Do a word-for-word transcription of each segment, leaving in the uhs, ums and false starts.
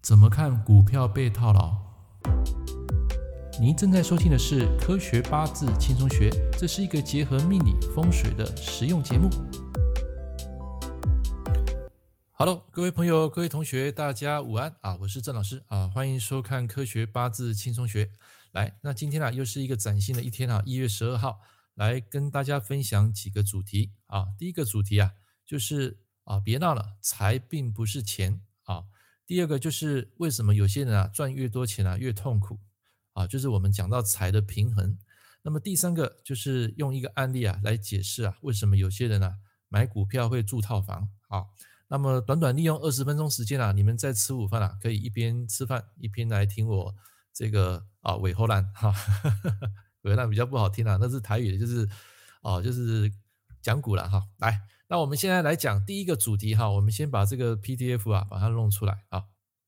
怎么看股票被套牢？您正在收听的是《科学八字轻松学》，这是一个结合命理风水的实用节目。Hello， 各位朋友、各位同学，大家午安啊！我是郑老师啊，欢迎收看《科学八字轻松学》。来，那今天啊，又是一个崭新的一天啊，一月十二号，来跟大家分享几个主题啊。第一个主题啊，就是啊，别闹了，财并不是钱啊。第二个就是为什么有些人啊赚越多钱啊越痛苦啊，就是我们讲到财的平衡。那么第三个就是用一个案例啊来解释啊为什么有些人啊买股票会住套房啊。那么短短利用二十分钟时间啊，你们在吃午饭啊，可以一边吃饭一边来听我这个啊尾后烂哈，尾后烂比较不好听啊，那是台语的，就是哦就是讲股了哈。来。那我们现在来讲第一个主题哈，我们先把这个 P D F 啊把它弄出来啊。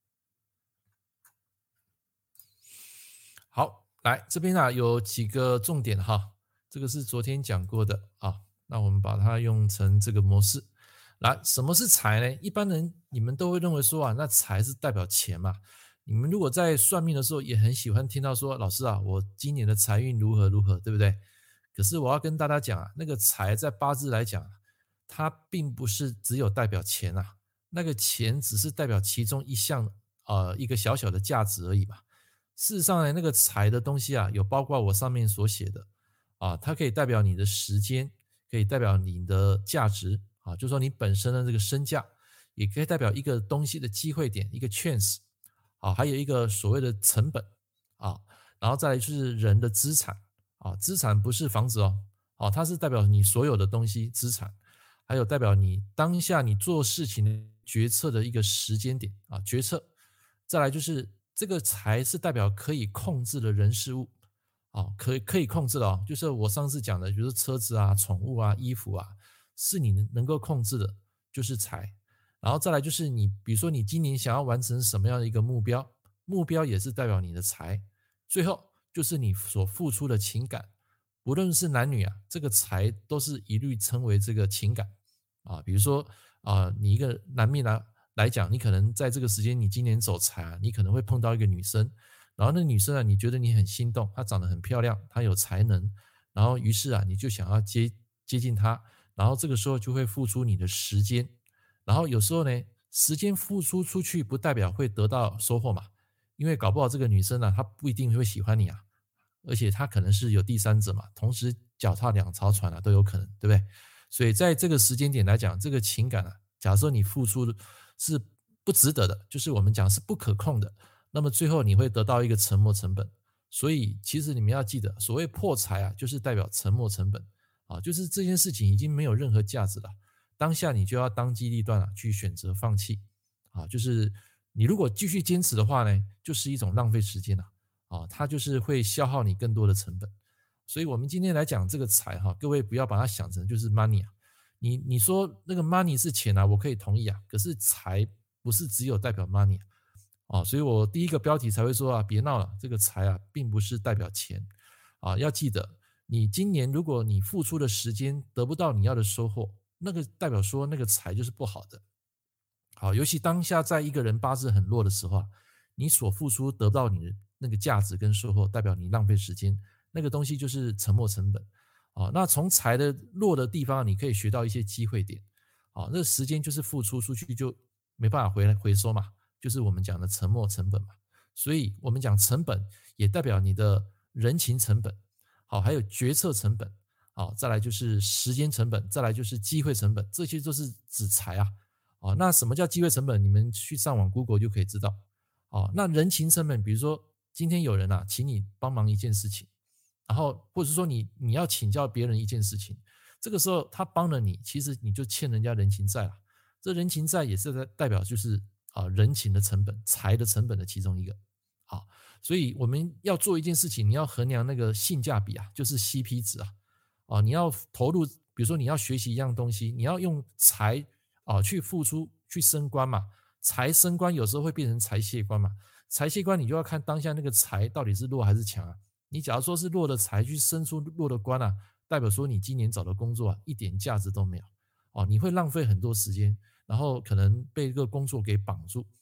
好，来这边啊有几个重点哈，这个是昨天讲过的啊，那我们把它用成这个模式。来，什么是财呢？一般人你们都会认为说啊，那财是代表钱嘛。你们如果在算命的时候也很喜欢听到说，老师啊，我今年的财运如何如何，对不对？可是我要跟大家讲啊，那个财在八字来讲，它并不是只有代表钱啊，那个钱只是代表其中一项呃一个小小的价值而已嘛。事实上呢，那个财的东西啊，有包括我上面所写的啊，它可以代表你的时间，可以代表你的价值啊，就是说你本身的这个身价，也可以代表一个东西的机会点，一个 chance 啊，还有一个所谓的成本啊，然后再来就是人的资产啊，资产不是房子哦，啊，它是代表你所有的东西资产。还有代表你当下你做事情的决策的一个时间点啊，决策。再来就是这个财是代表可以控制的人事物啊，可以可以控制的哦，就是我上次讲的，比如说车子啊、宠物啊、衣服啊，是你能够控制的，就是财。然后再来就是你，比如说你今年想要完成什么样的一个目标，目标也是代表你的财。最后就是你所付出的情感，不论是男女啊，这个财都是一律称为这个情感。啊，比如说啊，你一个男命来来讲，你可能在这个时间，你今年走财啊，你可能会碰到一个女生，然后那女生啊，你觉得你很心动，她长得很漂亮，她有才能，然后于是啊，你就想要接接近她，然后这个时候就会付出你的时间，然后有时候呢，时间付出出去不代表会得到收获嘛，因为搞不好这个女生啊，她不一定会喜欢你啊，而且她可能是有第三者嘛，同时脚踏两条船啊，都有可能，对不对？所以在这个时间点来讲，这个情感啊，假设你付出的是不值得的，就是我们讲是不可控的，那么最后你会得到一个沉没成本。所以其实你们要记得，所谓破财啊，就是代表沉没成本啊，就是这件事情已经没有任何价值了，当下你就要当机立断啊，去选择放弃啊，就是你如果继续坚持的话呢，就是一种浪费时间了啊，它就是会消耗你更多的成本。所以我们今天来讲这个财哈，各位不要把它想成就是 money 啊。你你说那个 money 是钱啊，我可以同意啊。可是财不是只有代表 money 啊，哦，所以我第一个标题才会说啊，别闹了，这个财啊并不是代表钱啊。要记得，你今年如果你付出的时间得不到你要的收获，那个代表说那个财就是不好的。好，尤其当下在一个人八字很弱的时候啊，你所付出得不到你的那个价值跟收获，代表你浪费时间。那个东西就是沉没成本啊。那从财的弱的地方，你可以学到一些机会点啊。那时间就是付出出去就没办法回来回收嘛，就是我们讲的沉没成本嘛。所以我们讲成本也代表你的人情成本，好，还有决策成本，好，再来就是时间成本，再来就是机会成本，这些都是指财啊。啊，那什么叫机会成本？你们去上网 Google 就可以知道。哦，那人情成本，比如说今天有人啊，请你帮忙一件事情。然后或者是说你你要请教别人一件事情，这个时候他帮了你，其实你就欠人家人情债了。这人情债也是在代表就是啊人情的成本、财的成本的其中一个。好，所以我们要做一件事情，你要衡量那个性价比啊，就是 C P 值啊。啊，你要投入，比如说你要学习一样东西，你要用财啊去付出去升官嘛，财升官有时候会变成财泄官嘛，财泄官你就要看当下那个财到底是弱还是强啊。你假如说是弱的财去生出弱的官啊，代表说你今年找的工作啊一点价值都没有哦，你会浪费很多时间，然后可能被这个工作给绑住。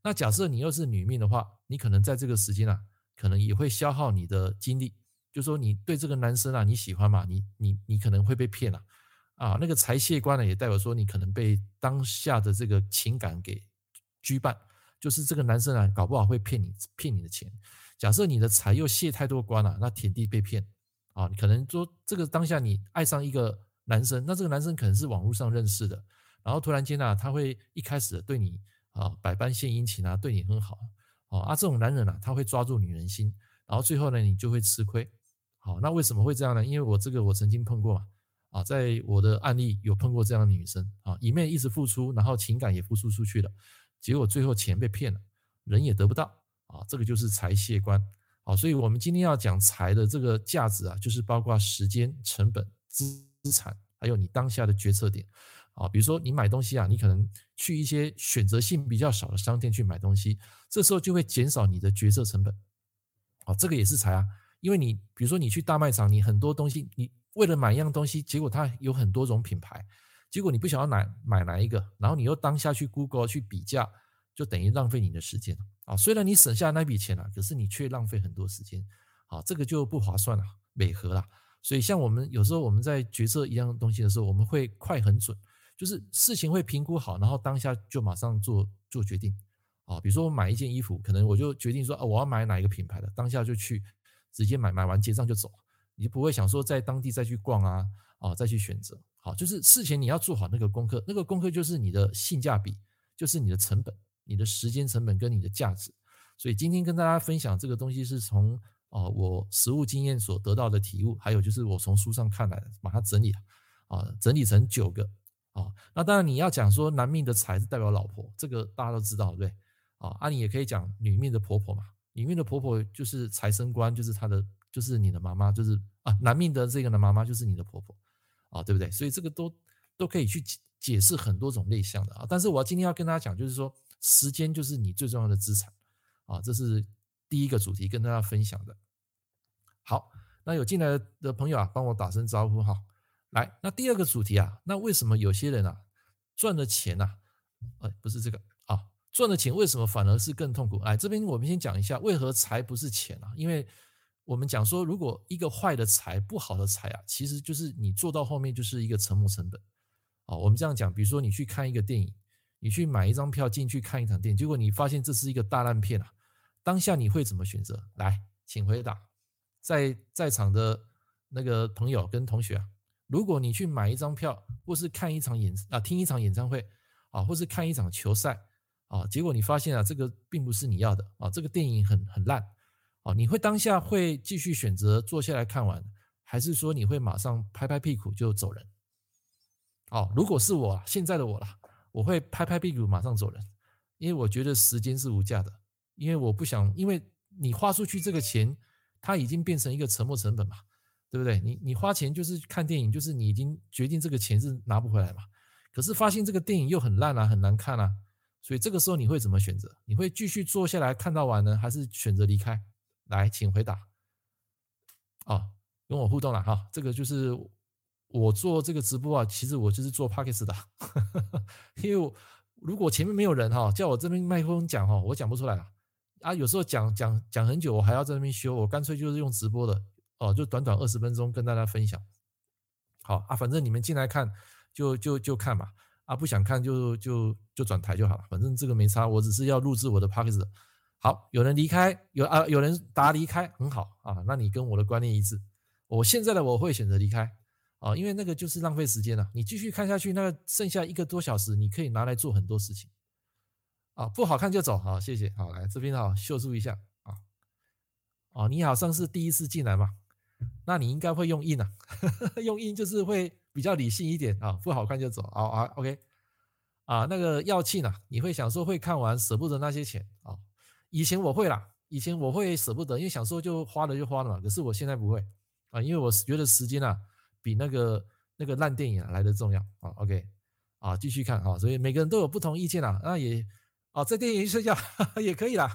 那假设你又是女命的话，你可能在这个时间啊，可能也会消耗你的精力，就说你对这个男生啊，你喜欢嘛，你你你可能会被骗了啊。那个财泄官呢，也代表说你可能被当下的这个情感给羁绊，就是这个男生啊，搞不好会骗你骗你的钱。假设你的财又泄太多关了，那田地被骗啊，你可能说这个当下你爱上一个男生，那这个男生可能是网络上认识的，然后突然间啊，他会一开始对你啊百般献殷勤啊，对你很好啊，啊这种男人啊，他会抓住女人心，然后最后呢，你就会吃亏。好，那为什么会这样呢？因为我这个我曾经碰过嘛，啊，在我的案例有碰过这样的女生啊，一面一直付出，然后情感也付出出去了，结果最后钱被骗了，人也得不到啊，这个就是财泄官。好，所以我们今天要讲财的这个价值啊，就是包括时间、成本、资产，还有你当下的决策点。啊，比如说你买东西啊，你可能去一些选择性比较少的商店去买东西，这时候就会减少你的决策成本。啊，这个也是财啊，因为你比如说你去大卖场，你很多东西，你为了买一样东西，结果它有很多种品牌，结果你不晓得哪买哪一个，然后你又当下去 Google 去比价，就等于浪费你的时间啊。虽然你省下那笔钱啊，可是你却浪费很多时间，啊，这个就不划算了，美合啦。所以像我们有时候我们在决策一样东西的时候，我们会快很准，就是事情会评估好，然后当下就马上做做决定。啊，比如说我买一件衣服，可能我就决定说啊，我要买哪一个品牌的，当下就去直接买，买完结账就走，你就不会想说在当地再去逛啊，啊再去选择。好，就是事前你要做好那个功课，那个功课就是你的性价比，就是你的成本、你的时间成本跟你的价值。所以今天跟大家分享这个东西是从啊我实务经验所得到的体悟，还有就是我从书上看来的，把它整理啊整理成九个啊。那当然你要讲说男命的财是代表老婆，这个大家都知道，对不对？啊，啊，你也可以讲女命的婆婆嘛，女命的婆婆就是财生官，就是她的，就是你的妈妈，就是啊，男命的这个的妈妈就是你的婆婆，啊，对不对？所以这个都都可以去解释很多种类象的啊。但是我今天要跟大家讲，就是说时间就是你最重要的资产啊，这是第一个主题跟大家分享的。好，那有进来的朋友啊，帮我打声招呼哈。来，那第二个主题啊，那为什么有些人啊赚了钱啊，呃，不是这个啊。赚的钱为什么反而是更痛苦？哎，这边我们先讲一下，为何财不是钱啊？因为我们讲说，如果一个坏的财、不好的财啊，其实就是你做到后面就是一个沉没成本。哦，我们这样讲，比如说你去看一个电影，你去买一张票进去看一场电影，结果你发现这是一个大烂片啊，当下你会怎么选择？来，请回答，在在场的那个朋友跟同学啊，如果你去买一张票，或是看一场演啊听一场演唱会啊，或是看一场球赛。啊，结果你发现啊，这个并不是你要的啊，这个电影很很烂啊，你会当下会继续选择坐下来看完，还是说你会马上拍拍屁股就走人？哦，如果是我啊，现在的我啦，我会拍拍屁股马上走人，因为我觉得时间是无价的，因为我不想，因为你花出去这个钱，它已经变成一个沉没成本嘛，对不对？你你花钱就是看电影，就是你已经决定这个钱是拿不回来嘛，可是发现这个电影又很烂啊，很难看啊。所以这个时候你会怎么选择？你会继续坐下来看到完呢，还是选择离开？来，请回答。啊，跟我互动了哈，这个就是我做这个直播啊，其实我就是做 Podcast 的，因为我如果前面没有人哈，叫我这边麦克风讲哈，我讲不出来啊。啊，有时候讲讲讲很久，我还要在那边修，我干脆就是用直播的哦，就短短二十分钟跟大家分享。好啊，反正你们进来看就就就看嘛。啊，不想看就就就转台就好了，反正这个没差，我只是要录制我的 podcast。好，有人离开，有啊，有人答离开，很好啊，那你跟我的观念一致。我现在的我会选择离开啊，因为那个就是浪费时间了。你继续看下去，那个剩下一个多小时，你可以拿来做很多事情啊。不好看就走，好，谢谢。好，来这边好秀出一下啊。哦，你好像是第一次进来嘛，那你应该会用印啊，用印就是会比较理性一点啊，不好看就走啊啊 ，OK 啊，那个药气呢，你会想说会看完舍不得那些钱啊，以前我会啦，以前我会舍不得，因为想说就花了就花了嘛，可是我现在不会啊，因为我觉得时间啊比那个那个烂电影啊来的重要啊 ，OK 啊，继续看啊，所以每个人都有不同意见啦，那也啊在电影院睡觉也可以啦，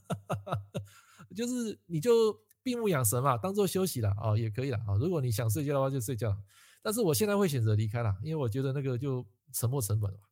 就是你就闭目养神嘛，当做休息了啊，也可以了啊。如果你想睡觉的话就睡觉，但是我现在会选择离开了，因为我觉得那个就沉没成本了。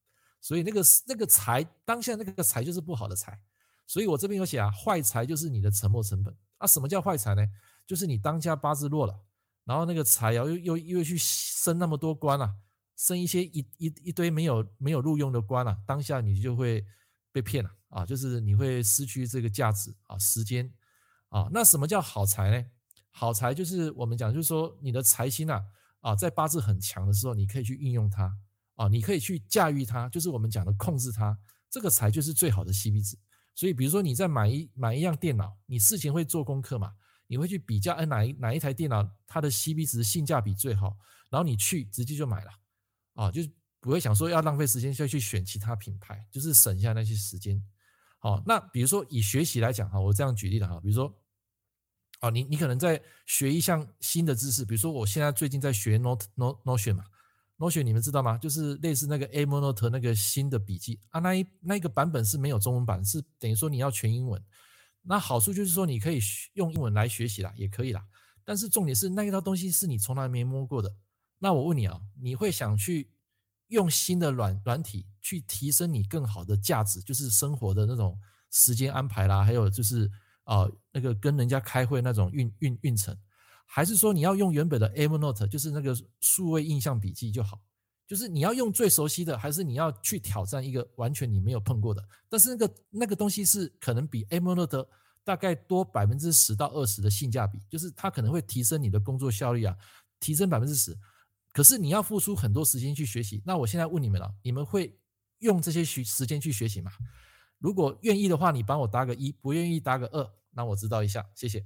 所以那个那个财当下那个财就是不好的财，所以我这边有写啊，坏财就是你的沉没成本啊。什么叫坏财呢？就是你当下八字弱了，然后那个财啊又又又去升那么多官啊，升一些一一一堆没有没有录用的官啊，当下你就会被骗了啊，就是你会失去这个价值啊，时间啊。那什么叫好财呢？好财就是我们讲，就是说你的财星啊啊，在八字很强的时候，你可以去运用它。啊，你可以去驾驭它，就是我们讲的控制它，这个才就是最好的 C P 值。所以，比如说你在买一买一样电脑，你事前会做功课嘛，你会去比较，哎，哪一哪一台电脑它的 C P 值性价比最好，然后你去直接就买了，啊，就是不会想说要浪费时间再去选其他品牌，就是省下那些时间。好，那比如说以学习来讲哈，我这样举例了哈，比如说，啊，你你可能在学一项新的知识，比如说我现在最近在学 Note Notion 嘛。Notion 你们知道吗？就是类似那个 Evernote 那个新的笔记啊，那一那一个版本是没有中文版，是等于说你要全英文。那好处就是说你可以用英文来学习啦，也可以啦。但是重点是那一套东西是你从来没摸过的。那我问你啊，你会想去用新的软软体去提升你更好的价值，就是生活的那种时间安排啦，还有就是啊、呃、那个跟人家开会那种运运运程。还是说你要用原本的 Evernote， 就是那个数位印象笔记就好？就是你要用最熟悉的，还是你要去挑战一个完全你没有碰过的？但是那个那个东西是可能比 Evernote 大概多百分之十到二十的性价比，就是它可能会提升你的工作效率啊，提升百分之十。可是你要付出很多时间去学习。那我现在问你们了，你们会用这些时间去学习吗？如果愿意的话，你帮我打个一；不愿意打个二，那我知道一下，谢谢。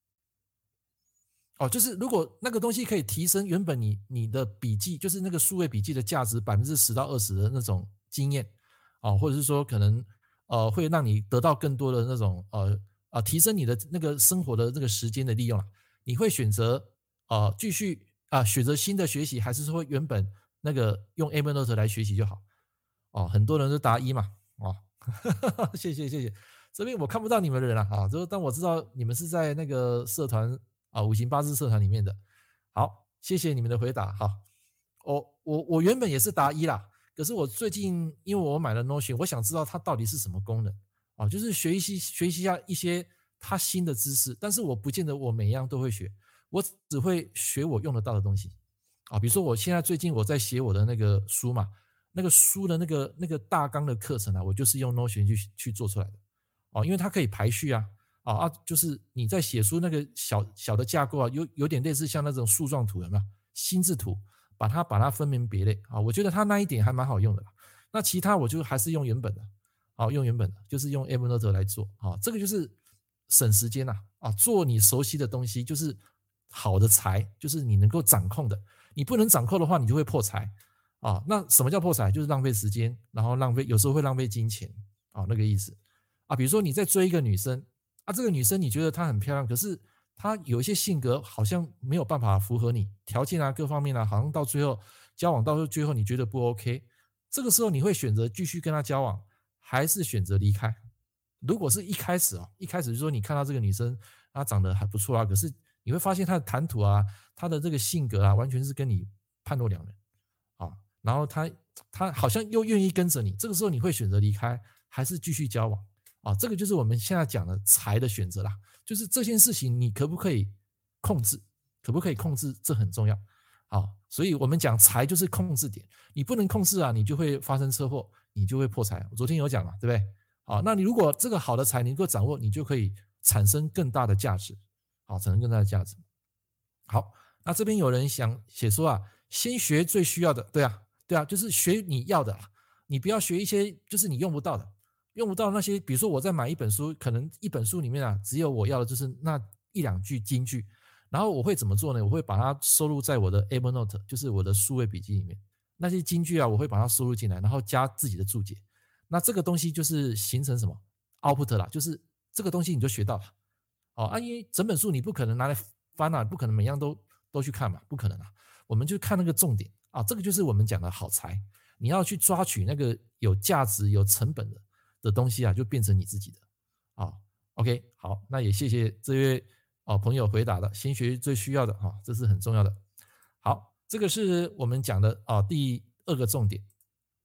哦，就是如果那个东西可以提升原本你你的笔记，就是那个数位笔记的价值百分之十到二十的那种经验，哦，或者是说可能呃会让你得到更多的那种呃啊提升你的那个生活的这个时间的利用啊，你会选择呃继续啊选择新的学习，还是说原本那个用 Evernote 来学习就好？哦，很多人都答一嘛，哦，谢谢谢谢，这边我看不到你们的人了啊，就但我知道你们是在那个社团啊，五行八字社团里面的。好，谢谢你们的回答。好，我我我原本也是答一啦，可是我最近因为我买了 Notion，我想知道它到底是什么功能啊，就是学习学习一下一些它新的知识，但是我不见得我每一样都会学，我只会学我用得到的东西啊。比如说我现在最近我在写我的那个书嘛，那个书的那个那个大纲的课程啊，我就是用 Notion 去去做出来的哦，因为它可以排序啊。啊啊，就是你在写出那个小小的架构啊，有有点类似像那种树状图，有没有？心智图，把它把它分门别类啊，我觉得它那一点还蛮好用的啦。那其他我就还是用原本的，好、啊、用原本的，就是用 Evernote 来做啊，这个就是省时间呐啊，做你熟悉的东西就是好的财，就是你能够掌控的。你不能掌控的话，你就会破财啊。那什么叫破财？就是浪费时间，然后浪费有时候会浪费金钱啊，那个意思啊。比如说你在追一个女生。啊，这个女生你觉得她很漂亮，可是她有一些性格好像没有办法符合你条件啊，各方面啊，好像到最后交往到最后你觉得不 OK，这个时候你会选择继续跟她交往，还是选择离开？如果是一开始啊，一开始就说你看到这个女生她长得还不错啊，可是你会发现她的谈吐啊，她的这个性格啊，完全是跟你判若两人啊，然后她她好像又愿意跟着你，这个时候你会选择离开，还是继续交往？啊，这个就是我们现在讲的财的选择啦，就是这件事情你可不可以控制，可不可以控制，这很重要。好，所以我们讲财就是控制点，你不能控制啊，你就会发生车祸，你就会破财。我昨天有讲嘛，对不对？好，那你如果这个好的财你能够掌握，你就可以产生更大的价值，好，产生更大的价值。好，那这边有人想写说啊，先学最需要的，对啊，对啊，就是学你要的，你不要学一些就是你用不到的。用不到那些，比如说我在买一本书，可能一本书里面啊，只有我要的就是那一两句金句，然后我会怎么做呢？我会把它收录在我的 Evernote，就是我的数位笔记里面。那些金句啊，我会把它收录进来，然后加自己的注解。那这个东西就是形成什么 output 啦，就是这个东西你就学到了。哦啊，因为整本书你不可能拿来翻啊，不可能每样都都去看嘛，不可能啊。我们就看那个重点啊，这个就是我们讲的好财。你要去抓取那个有价值、有成本的。的东西啊，就变成你自己的啊。OK， 好，那也谢谢这位哦朋友回答的，先学最需要的啊，这是很重要的。好，这个是我们讲的啊第二个重点。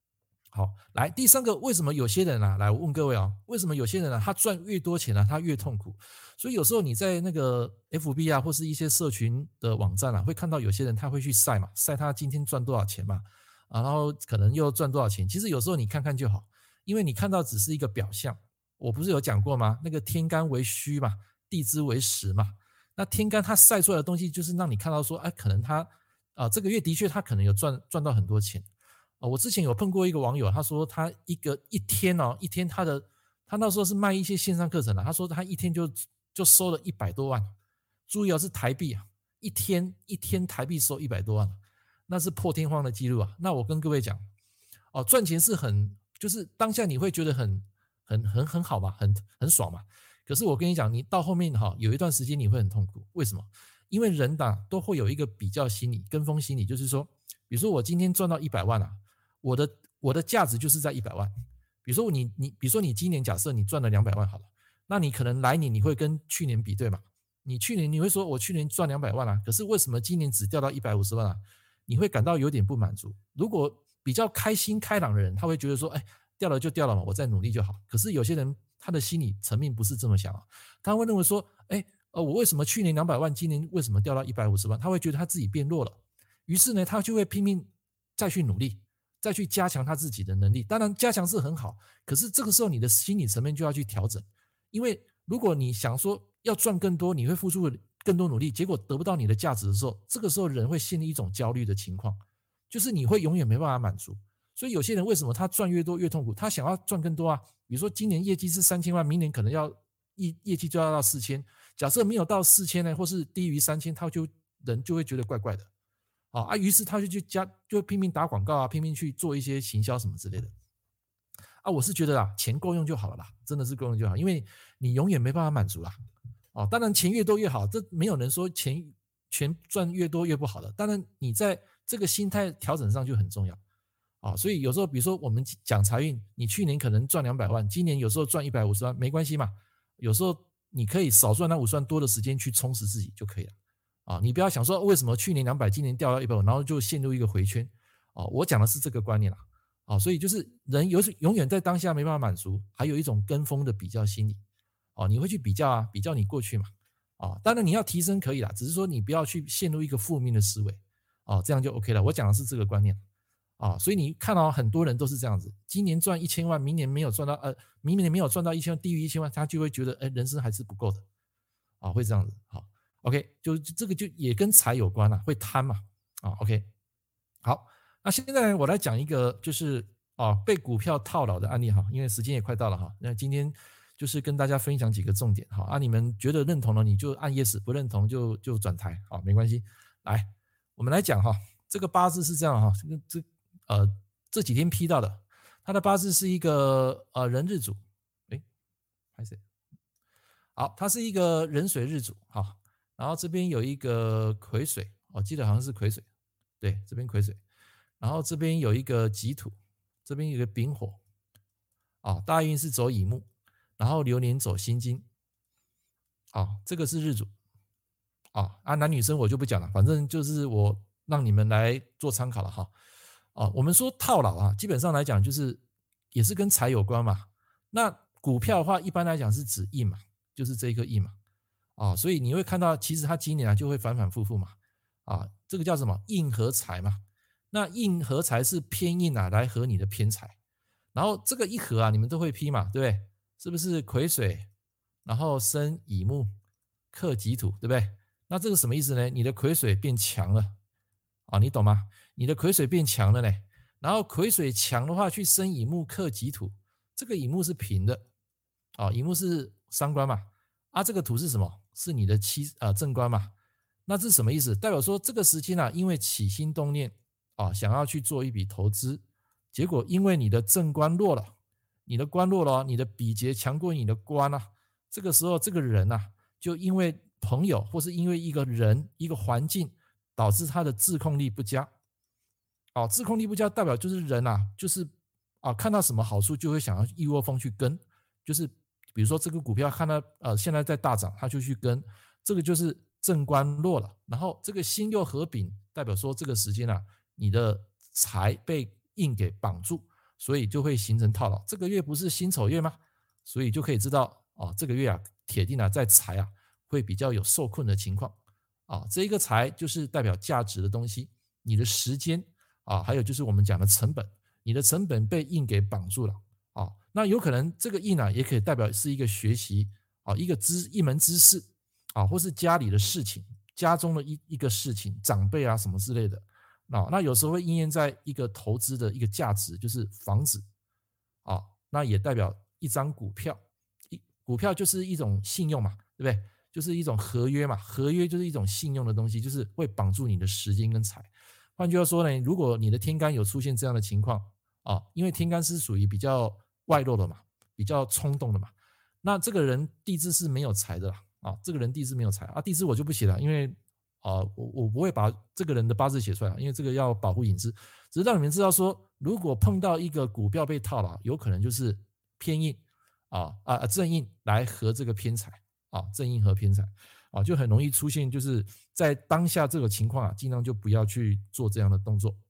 好，来第三个，为什么有些人啊，来我问各位啊，为什么有些人啊，他赚越多钱啊，他越痛苦？所以有时候你在那个 F B 啊，或是一些社群的网站啊，会看到有些人他会去晒嘛，晒他今天赚多少钱嘛，啊，然后可能又赚多少钱。其实有时候你看看就好，因为你看到只是一个表象。我不是有讲过吗？那个天干为虚嘛，地支为实嘛。那天干它晒出来的东西，就是让你看到说，哎，可能他啊、这个月的确他可能有赚赚到很多钱。啊，我之前有碰过一个网友，他说他一个一天哦，一天他的他那时候是卖一些线上课程的，他说他一天就就收了一百多万，注意哦，是台币啊，一天一天台币收一百多万，那是破天荒的记录啊。那我跟各位讲，哦，赚钱是很就是当下你会觉得很很很很好嘛，很很爽嘛。可是我跟你讲，你到后面哈，有一段时间你会很痛苦，为什么？因为人的都会有一个比较心理、跟风心理，就是说，比如说我今天赚到一百万啊。我的我的价值就是在一百万。比如说你你比如说你今年假设你赚了两百万好了，那你可能来年你会跟去年比对嘛？你去年你会说我去年赚两百万啊，可是为什么今年只掉到一百五十万啊？你会感到有点不满足。如果比较开心开朗的人，他会觉得说，哎，掉了就掉了嘛，我再努力就好。可是有些人他的心理层面不是这么想啊，他会认为说，哎，呃，我为什么去年两百万，今年为什么掉到一百五十万？他会觉得他自己变弱了，于是呢，他就会拼命再去努力。再去加强他自己的能力。当然，加强是很好，可是这个时候你的心理层面就要去调整，因为如果你想说要赚更多，你会付出更多努力，结果得不到你的价值的时候，这个时候人会陷入一种焦虑的情况，就是你会永远没办法满足。所以有些人为什么他赚越多越痛苦？他想要赚更多啊，比如说今年业绩是三千万，明年可能要业业绩就要到四千，假设没有到四千呢，或是低于三千，他就人就会觉得怪怪的。啊啊，于是他就去加，就拼命打广告啊，拼命去做一些行销什么之类的。啊，我是觉得啊，钱够用就好了啦，真的是够用就好，因为你永远没办法满足啦。哦，当然钱越多越好，这没有人说钱钱赚越多越不好的。当然你在这个心态调整上就很重要。啊，所以有时候比如说我们讲财运，你去年可能赚两百万，今年有时候赚一百五十万，没关系嘛。有时候你可以少赚那五十万，多的时间去充实自己就可以了。啊，你不要想说为什么去年两百，今年掉到一百五，然后就陷入一个回圈。哦，我讲的是这个观念啦。啊，所以就是人有永远在当下没办法满足，还有一种跟风的比较心理。哦，你会去比较啊，比较你过去嘛。啊，当然你要提升可以啦，只是说你不要去陷入一个负面的思维。哦，这样就 OK 了。我讲的是这个观念。啊，所以你看到很多人都是这样子，今年赚一千万，明年没有赚到，呃，明年没有赚到一千万，低于一千万，他就会觉得，哎，人生还是不够的。啊，会这样子。好。OK，就这个就也跟财有关了，会贪嘛。啊，OK，好，那现在我来讲一个就是啊被股票套牢的案例哈，因为时间也快到了哈。那今天就是跟大家分享几个重点哈，啊你们觉得认同了你就按 yes， 不认同就就转台啊，没关系。来，我们来讲哈，这个八字是这样哈，这个这呃这几天批到的，他的八字是一个呃人日主，诶，还是好，它是一个壬水日主哈。然后这边有一个癸水，我记得好像是癸水，对，这边癸水，然后这边有一个己土，这边有一个丙火，啊，大运是走乙木，然后流年走辛金，啊，这个是日主，啊，啊男女生我就不讲了，反正就是我让你们来做参考了哈，啊，我们说套牢啊，基本上来讲就是也是跟财有关嘛，那股票的话一般来讲是指印嘛，就是这一个印嘛。啊，所以你会看到，其实它今年啊就会反反复复嘛，啊，这个叫什么印和财嘛？那印和财是偏印啊，来合你的偏财，然后这个一合啊，你们都会批嘛，对不对？是不是癸水，然后生乙木，克己土，对不对？那这个什么意思呢？你的癸水变强了啊，你懂吗？你的癸水变强了呢，然后癸水强的话去生乙木克己土，这个乙木是平的，啊，乙木是伤官嘛，啊，这个土是什么？是你的七啊、呃、正官嘛？那这是什么意思？代表说这个时间啊，因为起心动念啊，想要去做一笔投资，结果因为你的正官弱了，你的官弱了，你的比劫强过你的官啊，这个时候这个人啊，就因为朋友或是因为一个人一个环境，导致他的自控力不佳。哦，自控力不佳代表就是人啊，就是啊看到什么好处就会想要一窝蜂去跟，就是比如说这个股票看到呃现在在大涨，他就去跟，这个就是正官弱了，然后这个辛又合丙，代表说这个时间啊，你的财被印给绑住， 所以就会形成套牢。这个月不是辛丑月吗？所以就可以知道哦，这个月啊，铁定啊在财啊会比较有受困的情况啊。这一个财就是代表价值的东西，你的时间啊，还有就是我们讲的成本，你的成本被印给绑住了啊。那有可能这个印啊，也可以代表是一个学习啊，一个知一门知识啊，或是家里的事情，家中的一一个事情，长辈啊什么之类的。那那有时候会应验在一个投资的一个价值，就是房子啊，那也代表一张股票，一股票就是一种信用嘛，对不对？就是一种合约嘛，合约就是一种信用的东西，就是会绑住你的时间跟财。换句话说呢，如果你的天干有出现这样的情况啊，因为天干是属于比较外露的嘛，比较冲动的嘛，那这个人地支是没有财的啦啊，这个人地支没有财啊，地支我就不写了，因为啊，我我不会把这个人的八字写出来，因为这个要保护隐私，只是让你们知道说，如果碰到一个股票被套牢，有可能就是偏印啊啊正印来和这个偏财啊，正印和偏财啊，就很容易出现，就是在当下这个情况啊，尽量就不要去做这样的动作。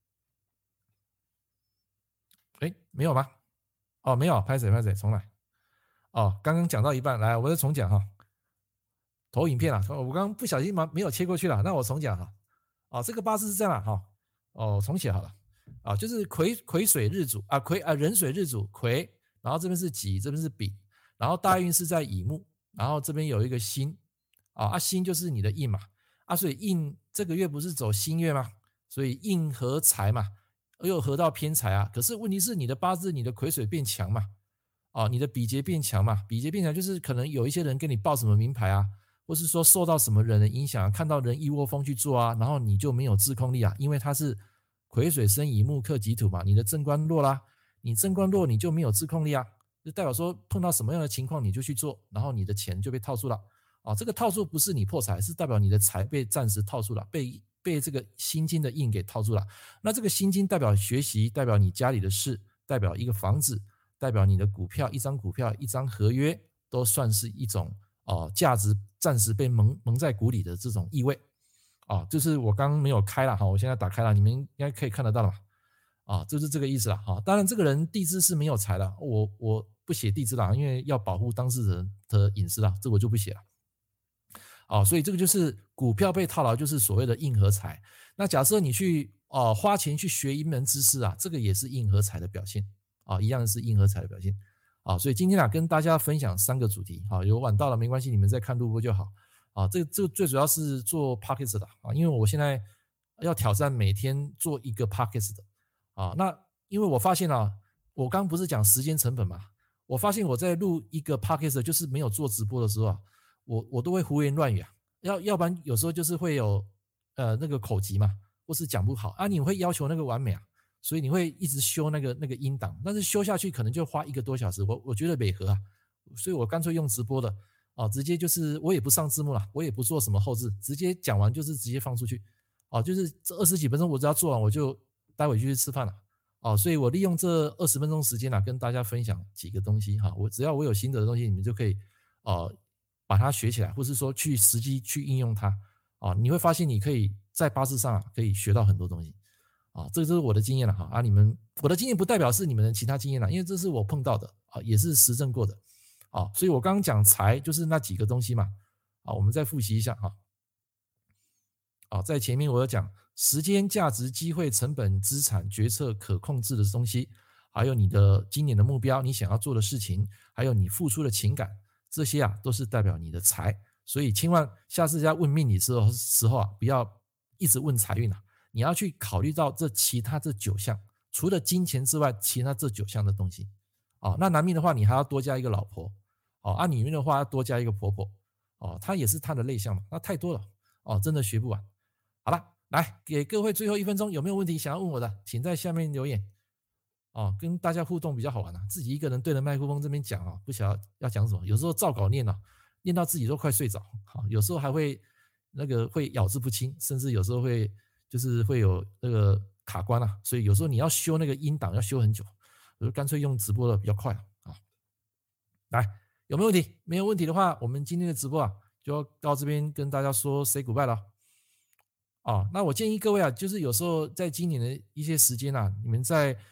哎，没有吗？哦，没有，拍谁拍谁，重来。哦，刚刚讲到一半，来，我再重讲哈。投影片啊，我刚刚不小心没有切过去了，那我重讲哈。啊，这个八字是这样哈，哦，重写好了。啊，就是癸癸水日主啊，癸啊壬水日主癸，然后这边是己，这边是丙，然后大运是在乙木，然后这边有一个辛，啊啊辛就是你的印嘛，啊所以印这个月不是走辛月吗？所以印合财嘛，又合到偏财啊。可是问题是你的八字你的癸水变强嘛，啊你的比劫变强嘛，比劫变强就是可能有一些人跟你报什么名牌啊。或是说受到什么人的影响，看到人一窝蜂去做啊，然后你就没有自控力啊，因为他是癸水生乙木克己土嘛，你的正官弱啦，你正官弱你就没有自控力啊，就代表说碰到什么样的情况你就去做，然后你的钱就被套住了啊。这个套住不是你破财，是代表你的财被暂时套住了，被被这个心金的印给套住了。那这个心金代表学习，代表你家里的事，代表一个房子，代表你的股票，一张股票，一张合约，都算是一种哦，价值暂时被蒙蒙在鼓里的这种意味啊，就是我刚刚没有开了哈，我现在打开了，你们应该可以看得到了嘛？啊，就是这个意思了哈。当然，这个人地支是没有财的，我我不写地支了，因为要保护当事人的隐私了，这我就不写了。啊，所以这个就是股票被套牢，就是所谓的印和财。那假设你去哦花钱去学一门知识啊，这个也是印和财的表现啊，一样是印和财的表现。啊，所以今天啊跟大家分享三个主题，啊，有晚到了没关系，你们再看录播就好，啊，这这最主要是做 podcast 的啊，因为我现在要挑战每天做一个 podcast 的，啊，那因为我发现啊，我刚不是讲时间成本嘛，我发现我在录一个 podcast 就是没有做直播的时候啊，我我都会胡言乱语啊，要要不然有时候就是会有呃那个口疾嘛，或是讲不好啊，你会要求那个完美啊。所以你会一直修那个那个音档，但是修下去可能就花一个多小时，我我觉得违和啊，所以我干脆用直播的啊，直接就是我也不上字幕了，我也不做什么后置，直接讲完就是直接放出去，啊，就是这二十几分钟我只要做完我就待会就去吃饭了，啊，所以我利用这二十分钟时间啊，跟大家分享几个东西哈，我只要我有心得的东西，你们就可以啊把它学起来，或是说去实际去应用它，啊，你会发现你可以在八字上啊可以学到很多东西。啊，这个就是我的经验了哈啊，你们我的经验不代表是你们的其他经验了，因为这是我碰到的啊，也是实证过的啊，所以我刚刚讲财就是那几个东西嘛，啊，我们再复习一下哈，啊，在前面我有讲时间、价值、机会、成本、资产、决策可控制的东西，还有你的今年的目标，你想要做的事情，还有你付出的情感，这些啊都是代表你的财，所以千万下次在问命理时候时候啊，不要一直问财运啊。你要去考虑到这其他这九项，除了金钱之外，其他这九项的东西。哦，那男命的话，你还要多加一个老婆。哦，啊，女命的话要多加一个婆婆。哦，它也是它的类项嘛，那太多了。哦，真的学不完。好了，来给各位最后一分钟，有没有问题想要问我的，请在下面留言。哦，跟大家互动比较好玩啊，自己一个人对着麦克风这边讲啊，不晓得要讲什么，有时候照稿念啊，念到自己都快睡着。好，有时候还会那个会咬字不清，甚至有时候会。就是会有那个卡关啊，所以有时候你要修那个音档要修很久，我就干脆用直播的比较快啊。来，有没有问题？没有问题的话，我们今天的直播啊就要到这边跟大家说 say goodbye 了。啊，那我建议各位啊，就是有时候在今年的一些时间啊，你们在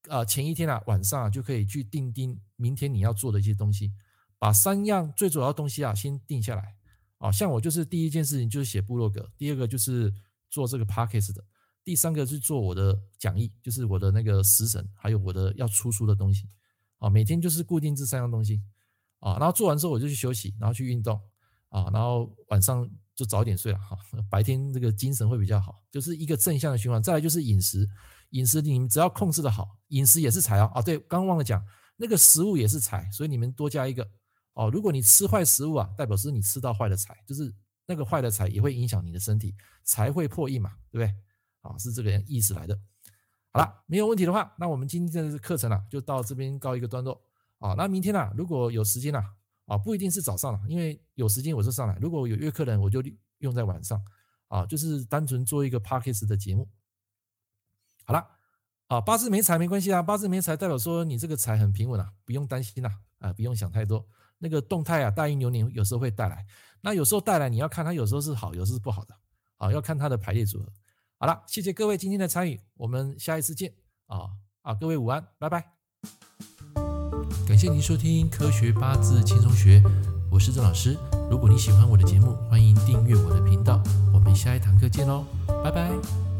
呃前一天啊晚上啊就可以去定定明天你要做的一些东西，把三样最主要的东西啊先定下来。啊，像我就是第一件事情就是写部落格，第二个就是做这个 podcast 的，第三个是做我的讲义，就是我的那个食神，还有我的要出书的东西。啊，每天就是固定这三样东西。啊，然后做完之后我就去休息，然后去运动。啊，然后晚上就早点睡了哈，白天这个精神会比较好，就是一个正向的循环。再来就是饮食，饮食你们只要控制的好，饮食也是财哦。啊，对，刚刚忘了讲，那个食物也是财，所以你们多加一个哦。如果你吃坏食物啊，代表是你吃到坏的财，就是那个坏的财也会影响你的身体，财会破印嘛，对不对？啊，是这个意思来的。好了，没有问题的话，那我们今天的课程啊就到这边告一个段落啊。那明天啊，如果有时间啊。啊，不一定是早上了，因为有时间我就上来。如果有约客人，我就用在晚上。啊，就是单纯做一个 podcast 的节目。好了，啊，八字没财没关系啊，八字没财代表说你这个财很平稳啊，不用担心啊，啊，不用想太多。那个动态啊，大运流年有时候会带来，那有时候带来你要看它，有时候是好，有时候是不好的。啊，要看它的排列组合。好了，谢谢各位今天的参与，我们下一次见。啊啊，各位午安，拜拜。感谢您收听科学八字轻松学，我是郑老师。如果你喜欢我的节目，欢迎订阅我的频道。我们下一堂课见喽，拜拜。